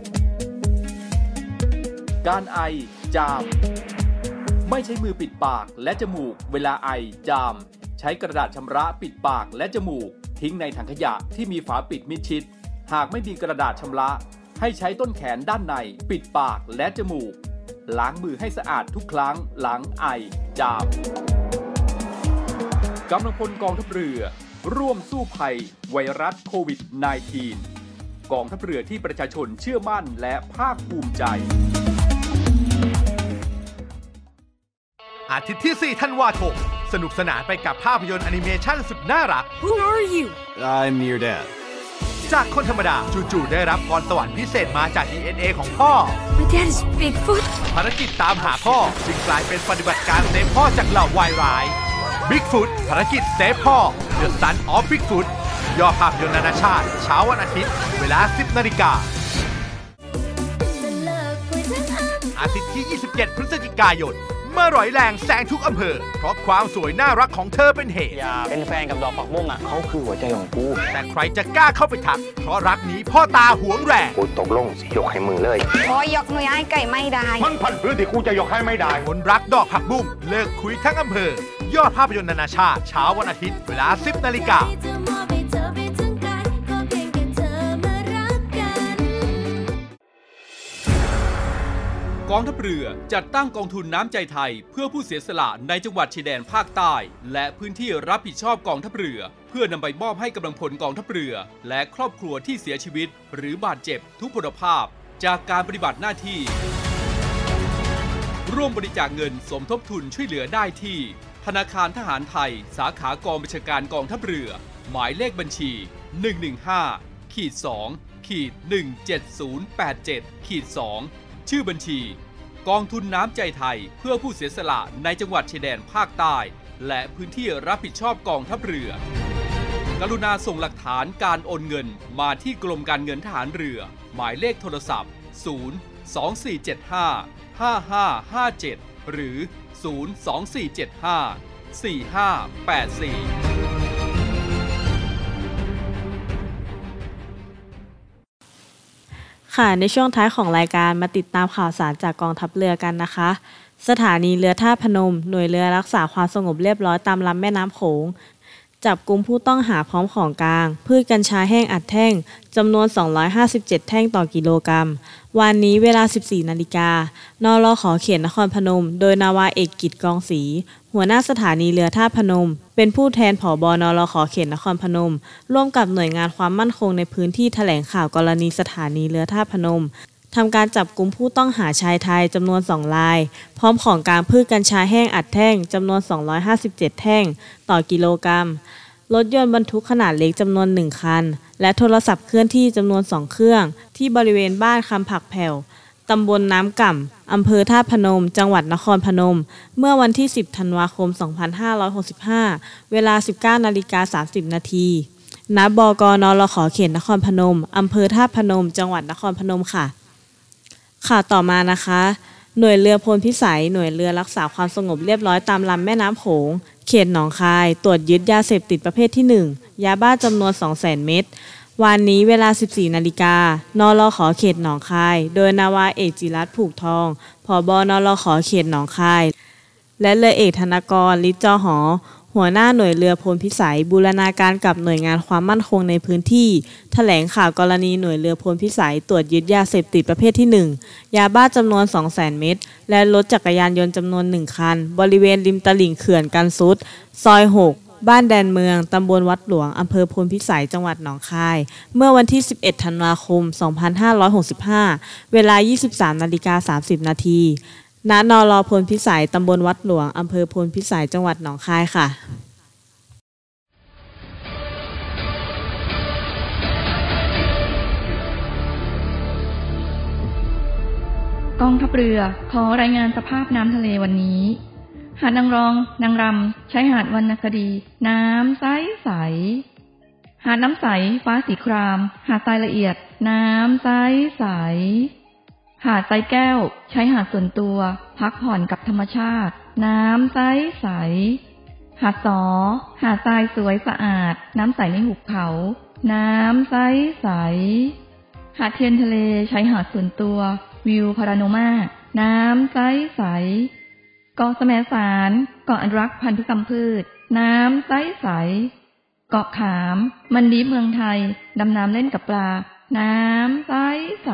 การไอจามไม่ใช้มือปิดปากและจมูกเวลาไอจามใช้กระดาษชำระปิดปากและจมูกทิ้งในถังขยะที่มีฝาปิดมิดชิดหากไม่มีกระดาษชำระให้ใช้ต้นแขนด้านในปิดปากและจมูกล้างมือให้สะอาดทุกครั้งหลังไอจามกำลังพลกองทัพเรือร่วมสู้ภัยไวรัสโควิด -19 กองทัพเรือที่ประชาชนเชื่อมั่นและภาคภูมิใจอาทิตย์ที่ 4 ธันวาคมสนุกสนานไปกับภาพยนตร์แอนิเมชันสุดน่ารัก Who are you? I'm your dad. จากคนธรรมดาจู่ๆได้รับพรสวรรค์พิเศษมาจาก DNA ของพ่อ My dad is Bigfoot ภารกิจตามหาพ่อจึงกลายเป็นปฏิบัติการเซฟพ่อจากเหล่าวายร้าย Bigfoot ภารกิจเซฟพ่อ The Son of Bigfoot ย่อภาพยนตร์นานาชาติเช้าวันอาทิตย์เวลา 10 นาฬิกาอาทิตย์ที่ 27 พฤศจิกายนเมื่อร้อยแรงแซงทุกอำเภอเพราะความสวยน่ารักของเธอเป็นเหตุอย่าเป็นแฟนกับดอกผักบุ้งอ่ะเขาคือหัวใจของกูแต่ใครจะกล้าเข้าไปทักเพราะรักนี้พ่อตาหวงแรงกูตกลงสิยกให้มือเลยพอยกหน่วยไอ้ไก่ไม่ได้มันพันพื้นที่กูจะยกให้ไม่ได้คนรักดอกผักบุ้งเลิกคุยทั้งอำเภอยอดภาพยนตร์นานาชาติเช้าวันอาทิตย์เวลา 10 นาฬิกากองทัพเรือจัดตั้งกองทุนน้ำใจไทยเพื่อผู้เสียสละในจังหวัดชายแดนภาคใต้และพื้นที่รับผิดชอบกองทัพเรือเพื่อนำไปมอบให้กำลังพลกองทัพเรือและครอบครัวที่เสียชีวิตหรือบาดเจ็บทุกพลภาพจากการปฏิบัติหน้าที่ร่วมบริจาคเงินสมทบทุนช่วยเหลือได้ที่ธนาคารทหารไทยสาขากองบัญชาการกองทัพเรือหมายเลขบัญชี 115-2-17087-2ชื่อบัญชีกองทุนน้ำใจไทยเพื่อผู้เสียสละในจังหวัดชายแดนภาคใต้และพื้นที่รับผิดชอบกองทัพเรือกรุณาส่งหลักฐานการโอนเงินมาที่กรมการเงินทหารเรือหมายเลขโทรศัพท์024755557หรือ024754584 ค่ะในช่วงท้ายของรายการมาติดตามข่าวสารจากกองทัพเรือกันนะคะสถานีเรือท่าพนมหน่วยเรือรักษาความสงบเรียบร้อยตามลำแม่น้ำโขงจับกุมผู้ต้องหาพร้อมของกลางพืชกัญชาแห้งอัดแท่งจำนวน257แท่งต่อกิโลกรัมวันนี้เวลา 14 นาฬิกานรข.เขตนครพนมโดยนาวาเอกกิจกองศรีหัวหน้าสถานีเรือท่าพนมเป็นผู้แทนผบ.นรข.เขตนครพนมร่วมกับหน่วยงานความมั่นคงในพื้นที่แถลงข่าวกรณีสถานีเรือท่าพนมทำการจับกุมผู้ต้องหาชายไทยจำนวน2รายพร้อมของกลางพืชกัญชาแห้งอัดแท่งจำนวน257แท่งต่อกิโลกรัมรถยนต์บรรทุกขนาดเล็กจำนวน1คันและโทรศัพท์เคลื่อนที่จำนวน2เครื่องที่บริเวณบ้านคำผักแผ่วตำบลน้ำก่ำอำเภอท่าพนมจังหวัดนครพนมเมื่อวันที่10ธันวาคม2565เวลา 19:30 น.ณ บก.นรข.เขตนครพนมอำเภอท่าพนมจังหวัดนครพนมค่ะข่าวต่อมานะคะหน่วยเรือพลพิสัยหน่วยเรือรักษาความสงบเรียบร้อยตามลำแม่น้ำโขงเขตหนองคายตรวจยึดยาเสพติดประเภทที่1ยาบ้าจำนวน 200,000 เม็ดวันนี้เวลา 14 นาฬิกานรข.เขตหนองคายโดยนาวาเอกจิรัตน์ผูกทองผบ.นรข.เขตหนองคายและเรือเอกธนกรฤทธิ์จอหอหัวหน้าหน่วยเรือพลพิสัยบูรณาการกับหน่วยงานความมั่นคงในพื้นที่แถลงข่าวกรณีหน่วยเรือพลพิสัยตรวจยึดยาเสพติดประเภทที่1ยาบ้าจำนวน 200,000 เม็ดและรถจักรยานยนต์จำนวน1คันบริเวณริมตลิ่งเขื่อนกันซุดซอย6บ้านแดนเมืองตำบลวัดหลวงอำเภอพลพิสัยจังหวัดหนองคายเมื่อวันที่11ธันวาคม2565เวลา 23:30 น.ณ นร.พลพิสัยตำบลวัดหลวงอำเภอพลพิสัยจังหวัดหนองคายค่ะกองทัพเรือขอรายงานสภาพน้ำทะเลวันนี้หาดนางรองนางรำชายหาดวรรณคดีน้ำใสใสหาดน้ำใสฟ้าสีครามหาดทรายละเอียดน้ำใสใสหาดทรายแก้วชายหาดส่วนตัวพักผ่อนกับธรรมชาติน้ำใสใสหาดสอหาดทรายสวยสะอาดน้ำใสในหุบเขาน้ำใสใสหาดเทียนทะเลชายหาดส่วนตัววิวพาราโนมาน้ำใสใสเกาะแสมสารเกาะอนุรักษ์พันธุกรรมพืชน้ำใสใสเกาะขามมันดีเมืองไทยดำน้ำเล่นกับปลาน้ำใสใส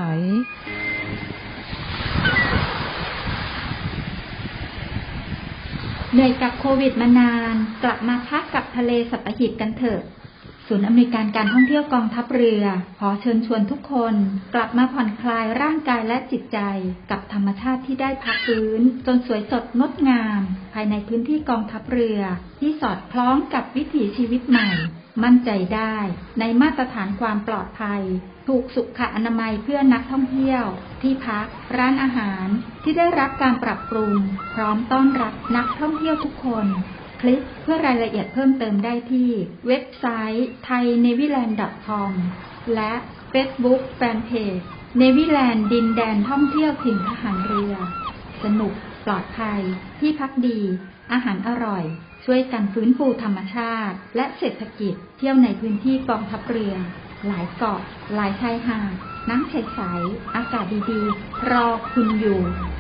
เหนื่อยกับโควิดมานานกลับมาพักกับทะเลสัตหีบกันเถอะศูนย์อำนวยการการท่องเที่ยวกองทัพเรือขอเชิญชวนทุกคนกลับมาผ่อนคลายร่างกายและจิตใจกับธรรมชาติที่ได้พักฟื้นจนสวยสดงดงามภายในพื้นที่กองทัพเรือที่สอดคล้องกับวิถีชีวิตใหม่มั่นใจได้ในมาตรฐานความปลอดภัยถูกสุขอนามัยเพื่อนักท่องเที่ยวที่พักร้านอาหารที่ได้รับการปรับปรุงพร้อมต้อนรับนักท่องเที่ยวทุกคนคลิกเพื่อรายละเอียดเพิ่มเติมได้ที่เว็บไซต์ thainewiland.com และ Facebook Fanpage เนวิแลนด์ดินแดนท่องเที่ยวถิ่นทหารเรือสนุกปลอดภัยที่พักดีอาหารอร่อยช่วยกันฟื้นฟูธรรมชาติและเศรษฐกิจเที่ยวในพื้นที่กองทัพเรือหลายเกาะหลายชายหาดน้ำใสๆอากาศดีๆรอคุณอยู่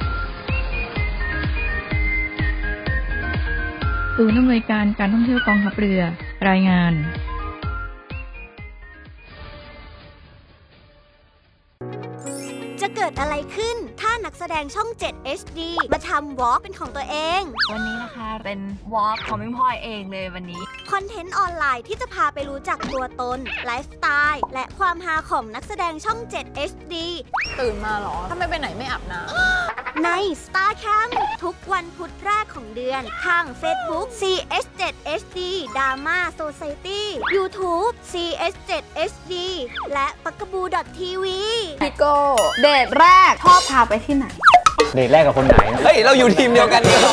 ศูนย์อำนวยการการท่องเที่ยวกองทัพเรือรายงานจะเกิดอะไรขึ้นถ้านักแสดงช่อง 7 HD มาทำวอล์กเป็นของตัวเองวันนี้นะคะเป็นวอล์กของพี่พลอยเองเลยวันนี้คอนเทนต์ออนไลน์ที่จะพาไปรู้จักตัวตนไลฟ์สไตล์และความฮาของนักแสดงช่อง 7 HD ตื่นมาหรอทำไมไปไหนไม่อาบน้ำใน Star Camp ทุกวันพุธแรกของเดือนทาง Facebook CS7HD Drama Society YouTube CS7HD และPakkabu.tv พี่โก้เดทแรกชอบพาไปที่ไหนเดทแรกกับคนไหนเฮ้ยเราอยู่ทีมเดียวกันนี่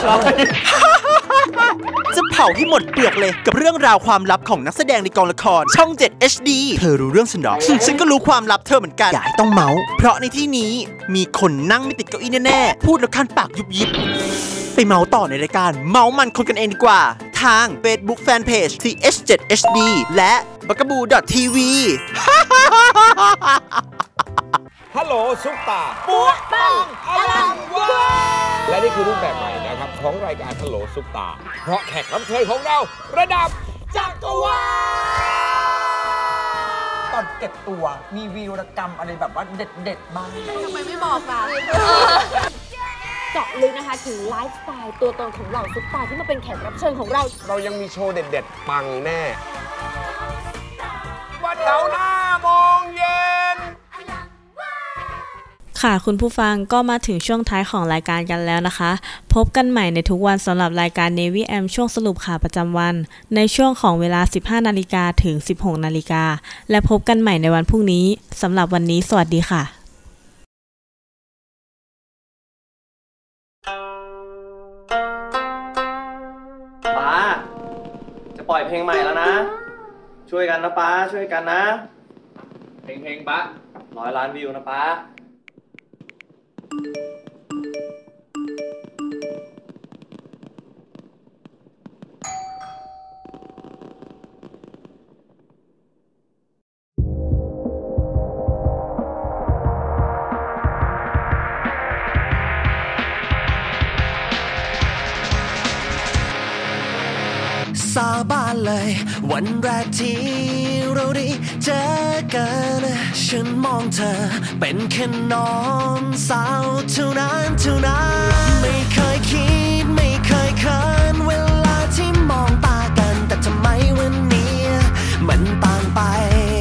จะเผาให้หมดเปลือกเลยกับเรื่องราวความลับของนักแสดงในกองละครช่อง 7 HD เธอรู้เรื่องฉันหรอ ฉันก็รู้ความลับเธอเหมือนกันอย่าให้ต้องเมาส์เพราะในที่นี้มีคนนั่งไม่ติดเก้าอี้แน่ๆพูดแล้วคันปากยุบยิบไปเมาส์ต่อในรายการเมาส์มันคนกันเองดีกว่าทาง Facebook Fanpage TH7HD และ Pakkabu.tv ฮัลโหลซุปตาปุ๊บปังอลังวาและนี่คือรูปแบบใหม่นะครับของรายการฮัลโหลซุปตาเพราะแขกรับเชิญของเราระดับจักรวาลตอนเก็บตัวมีวีรกรรมอะไรแบบว่าเด็ดๆบ้างทำไมไม่บอกล่ะเจาะลึกนะคะถึงไลฟ์สไตล์ตัวตนของเราซุปตาที่มาเป็นแขกรับเชิญของเรายังมีโชว์เด็ดๆปังแน่วันเสาร์หน้าโมงเย็นค่ะคุณผู้ฟังก็มาถึงช่วงท้ายของรายการกันแล้วนะคะพบกันใหม่ในทุกวันสำหรับรายการ Navy AM ช่วงสรุปข่าวประจำวันในช่วงของเวลา 15 นาฬิกาถึง 16 นาฬิกาและพบกันใหม่ในวันพรุ่งนี้สำหรับวันนี้สวัสดีค่ะป้าจะปล่อยเพลงใหม่แล้วนะช่วยกันนะป้าช่วยกันนะเพลงป้า100 ล้านวิวนะป้าสาบานเลยวันแรกที่เราได้เจอกันฉันมองเธอเป็นแค่น้องสาวเท่านั้นไม่เคยคิดไม่เคยเขินเวลาที่มองตากันแต่ทำไมวันนี้มันต่างไป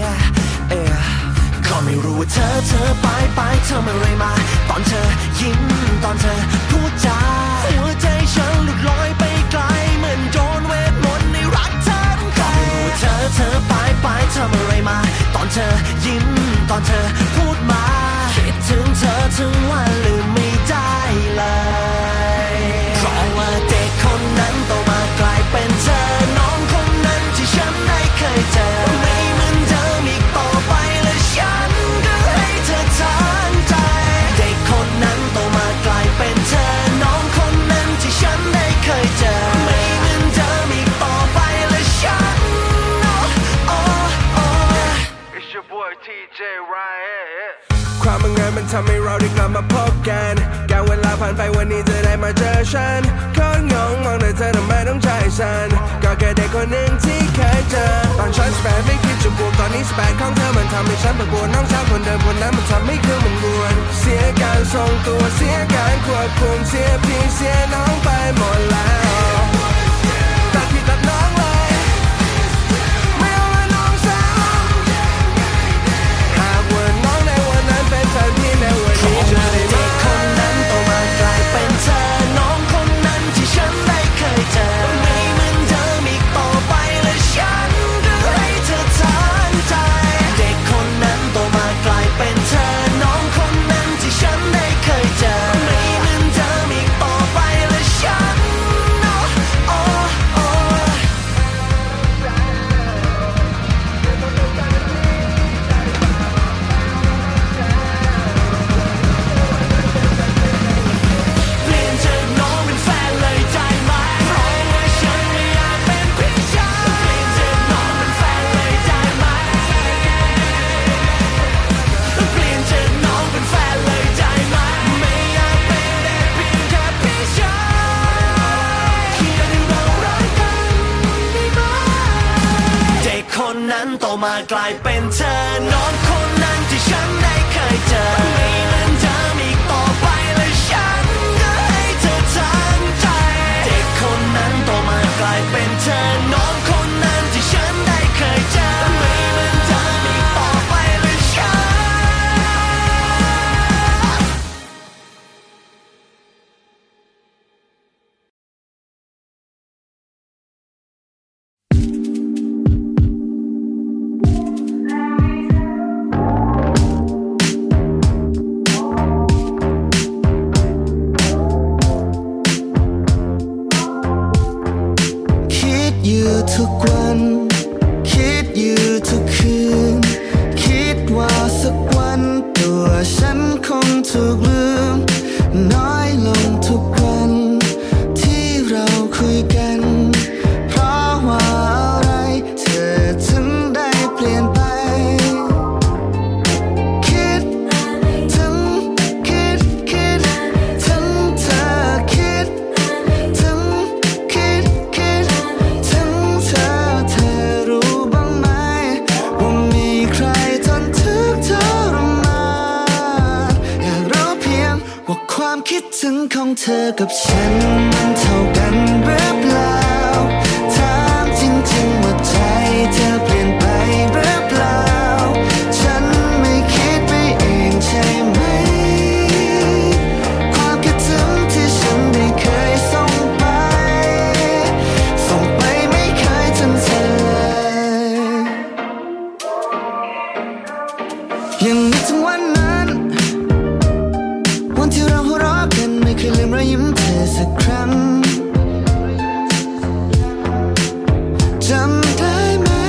ก็ไม่รู้ว่าเธอไปทำอะไรมาตอนเธอยิ้มตอนเธอพูดจาหัวใจฉันหลุดลอยไปไกลเหมือนโดนเวทมนต์ในรักเธอก็ไม่รู้ว่าเธอไปทำอะไรมาตอนเธอยิ้มตอนเธอพูดมาคิดถึงเธอถึงวันลืมไม่ได้เลยเพราะว่าเด็กคนนั้นโตมากลายเป็นเธอน้องคนนั้นที่ฉันได้เคยเจอไม่เหมือนเดิมอีกต่อไปและฉันก็ให้เธอทั้งใจเด็กคนนั้นโตมากลายเป็นเธอน้องคนนั้นที่ฉันได้เคยเจอไม่เหมือนเดิมอีกต่อไปและฉันIt's your boy TJ Ryan ความบังเอิญมันทำให้เราได้กลับมาพบกันการเวลาผ่านไปวันนี้จะได้มาเจอฉันคนงงมองแต่เธอทำไมต้องใจฉันก็แค่เด็กคนหนึ่งที่เคยเจอตอนฉัน18ไม่คิดจะบวกตอนนี้18ของเธอมันทำให้ฉันปวดน้องสาวคนเดิมคนนั้นมันทำให้เครื่องมันบวนเสียการทรงตัวเสียการควบคุมเสียพี่เสียน้องไปหมดแล้วตัดพี่ตัดน้องเลยไม่เอาว่าน้องสาวหากว่าน้องในวันนั้นเป็นแฟนพี่ในวันนี้จะได้เด็กคนนั้นโตมากลายเป็นเธอน้องคนนั้นที่ฉันได้เคยเจอไม่เหมือนเดิมอีกต่อไปและฉันก็ให้ากลายเป็นเธอน้องคนนั้นที่ฉันได้เคยเจอไม่เหมือนเดิมอีกต่อไปและฉันก็ให้เธอทั้งใจเด็กคนนั้นโตมากลายเป็นเธอน้องคนนั้นที่ฉันได้เคยเจอไม่เหมือนเดิมอีกต่อไปและฉันอยู่ทุกวันคิดอยู่ทุกคืนคิดว่าสักวันตัวฉันคงถูกลืมน้อยลงทุกวันที่เราคุยกันเพราะว่าอะไรเธอถึงได้เปลี่ยนไปคิดถึงคิดถึงเธอคิดถึงคิดถึงเธอรู้บ้างไหมว่ามีใครทนทุกข์ทรมานอยากรู้เพียงว่าความคิดถึงของเธอกับฉันมันเท่ากันหรือเปล่าถามจริงๆว่าใจเธอเปลี่ยนไปหรือเปล่าฉันไม่คิดไปเองใช่ไหมความคิดถึงที่ฉันได้เคยส่งไปไม่เคยถึงเธอยังนึกถึงวันนั้นวันที่เราหัวเราะกันไม่เคยลืมรอยยิ้มเธอสักครั้งจำได้ไหม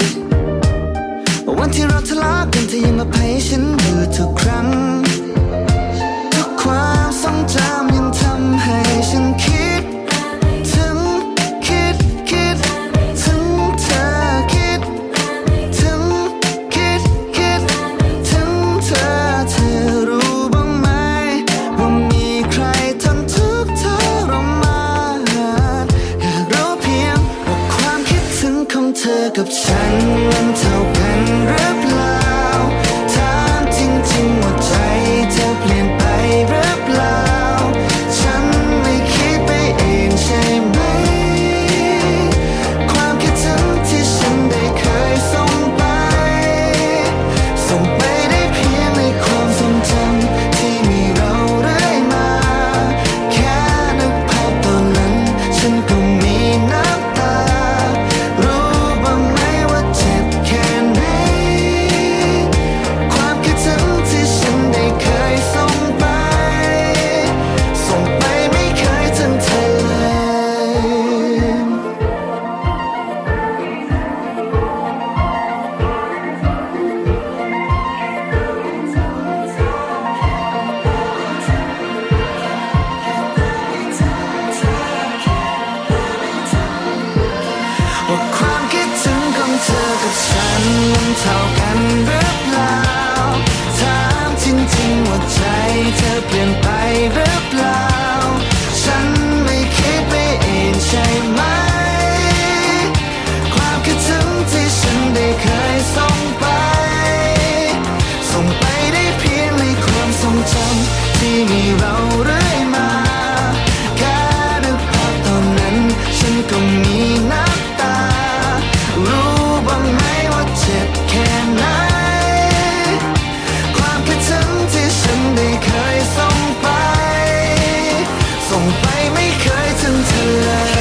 วันที่เราทะเลาะกันเธอยังมาให้ฉันดูทุกครั้งทุกความทรงจำยังทำให้ฉันคิดถึงถึงเธอคิดถึงถึงเธอรู้บ้างไหมว่ามีใครทนทุกข์ทรมานอยากรู้เพียงว่าความคิดถึงของเธอกับฉันมันเท่ากันหรือเปล่าถามจริงๆว่าใจเธอเปลี่ยนไปหรือเปล่าฉันไม่คิดไปเองใช่ไหมความคิดถึงที่ฉันได้เคยส่งไปได้เพียงในความทรงจำที่มีเราเรื่อยมาแค่นึกภาพตอนนั้นฉันก็มีน้ำตารู้บ้างไหมว่าเจ็บแค่ไหนความคิดถึงที่ฉันได้เคยส่งไปไม่เคยถึงเธอเลยว่าความคิดถึงของเธอกับฉันมันเท่ากันหรือเปล่าถามจริงๆว่าใจเธอเปลี่ยนไปหรือเปล่าฉันไม่คิดไปเองใช่ไหมความคิดถึงที่ฉันได้เคยส่งไปได้เพียงในความทรงจำที่มีเราเรื่อยมาแค่นึกภาพตอนนั้นฉันก็มีน้ำตารู้บ้างไหมว่าเจ็บแค่ไหนความคิดถึงที่ฉันได้เคยส่งไปไม่เคยถึงเธอเลย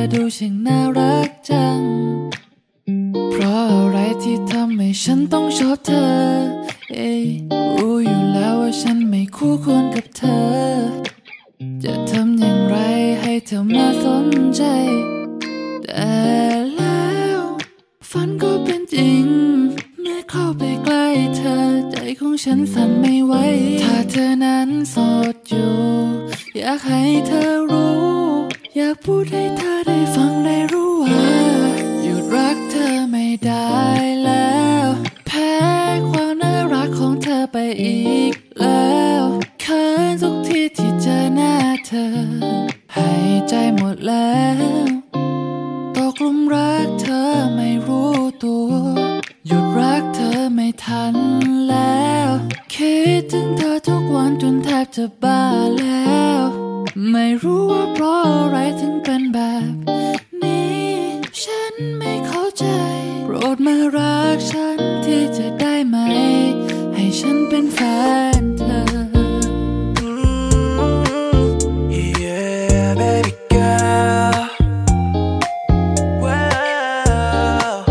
ดูช่างน่ารักจังเพราะอะไรที่ทำให้ฉันต้องชอบเธอรู้อยู่แล้วว่าฉันไม่คู่ควรกับเธอจะทำอย่างไรให้เธอมาสนใจแต่แล้วฝันก็เป็นจริงเมื่อเข้าไปใกล้เธอใจของฉันสั่นไม่ไหวถ้าเธอนั้นโสดอยู่อยากให้เธอรู้อยากพูดให้เธอได้ฟังได้รู้ว่าหยุดรักเธอไม่ได้แล้วแพ้ความน่ารักของเธอไปอีกแล้วเขินทุกทีที่เจอหน้าเธอหายใจหมดแล้วตกหลุมรักเธอไม่รู้ตัวหยุดรักเธอไม่ทันแล้วคิดถึงเธอทุกวันจนแทบจะบ้าแล้วไม่รู้ว่าเพราะอะไรถึงเป็นแบบนี้ฉันไม่เข้าใจโปรดมารักฉันที่จะได้ไหมให้ฉันเป็นแฟนเธอ Yeah, baby girl. Well,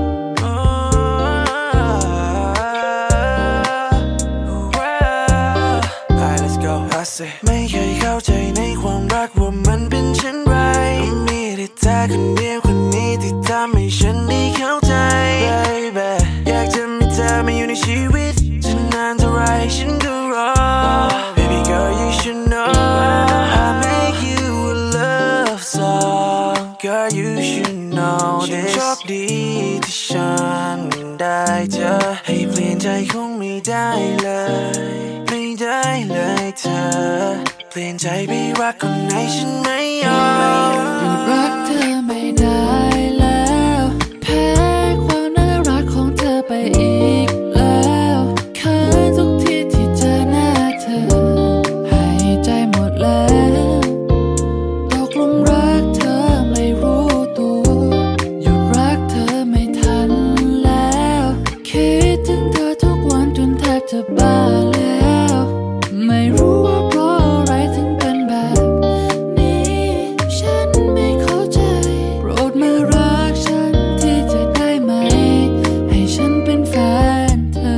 alright, let's go. I say ไม่เคยเข้าใจในความรักว่ามันเป็นเช่นไรมีแต่เธอคนเดียวคนนี้ที่ทำให้ฉันได้เข้าใจ Baby อยากจะมีเธอมาอยู่ในชีวิตจะนานเท่าไรฉันก็รอ Baby girl you should know I make you a love song Girl you should know this โชคดีที่ฉันได้เจอให้เปลี่ยนใจคงไม่ได้เลยไม่ได้เลยเธอเปลี่ยนใจไปรักคนไหนฉันไม่ยอมหยุดรักเธอไม่ได้แล้วแพ้ความน่ารักของเธอไปอีกแล้วเขินทุกทีที่เจอหน้าเธอหายใจหมดแล้วตกหลุมรักเธอไม่รู้ตัวหยุดรักเธอไม่ทันแล้วคิดถึงเธอทุกวันจนแทบจะบ้าแล้วไม่รู้ว่าเพราะอะไรถึงเป็นแบบนี้ฉันไม่เข้าใจโปรดมารักฉันที่จะได้ไหมให้ฉันเป็นแฟนเธอ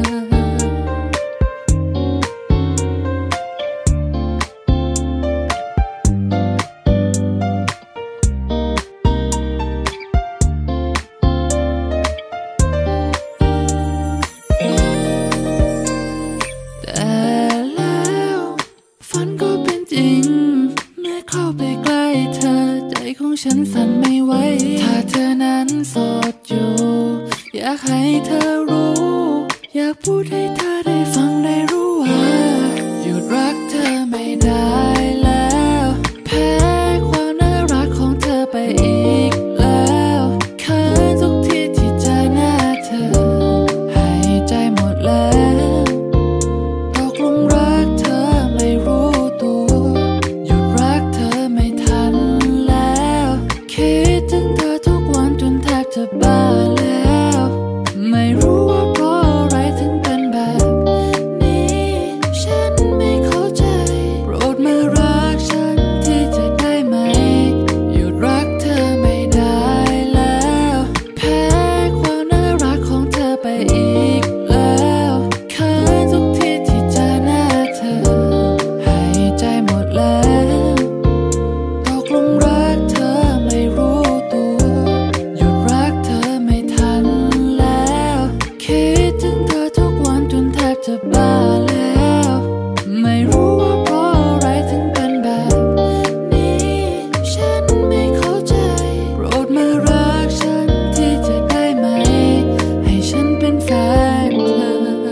แต่แล้วฝันก็เป็นจริงเมื่อเข้าไปใกล้เธอใจของฉันสั่นไม่ไหวถ้าเธอนั้นโสดอยู่อยากให้เธอรู้อยากพูดให้เธอได้ฟังได้รู้ว่าหยุดรักเธอไม่ได้แล้วแพ้ความน่ารักของเธอไปอีกแล้วเขินทุกทีที่เจอหน้าเธอหายใจหมดแล้วตกหลุมรักเธอไม่รู้ตัวหยุดรักเธอไม่ทันแล้วคิดถึงเธอทุกวันจนแทบจะบ้าแล้วไม่รู้ว่าเพราะอะไรถึงเป็นแบบนี้ฉันไม่เข้าใจโปรดมารักฉันที่จะได้ไหมหยุดรักเธอไม่ได้แล้วแพ้ความน่ารักของเธอไปอีกแล้วเขินทุกทีที่เจอหน้าเธอหายใจหมดแล้วตกหลุมรักเธอไม่รู้ตัวหยุดรักเธอไม่ทันแล้วคิดถึงเธอทุกวันจนแทบจะบ้าแล้วไม่รู้ว่าเพราะอะไรถึงเป็นแบบนี้ฉันไม่เข้าใจโปรดมารักฉันที่จะได้ไหมให้ฉันเป็นแฟนเธอ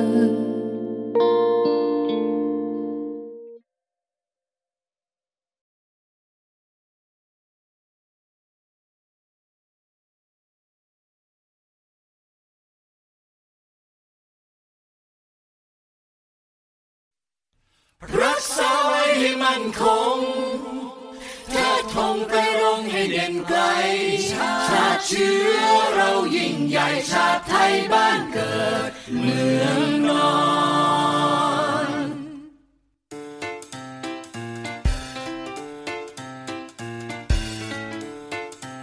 รักษาไว้ให้มั่นคงเทิดธงไปรงให้เด่นไกลชาติเชื้อเรายิ่งใหญ่ชาติไทยบ้านเกิดเมืองนอนเ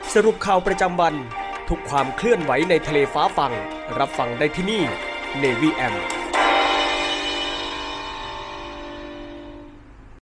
สรุปข่าวประจำวันทุกความเคลื่อนไหวในทะเลฟ้าฟังรับฟังได้ที่นี่ Navy AM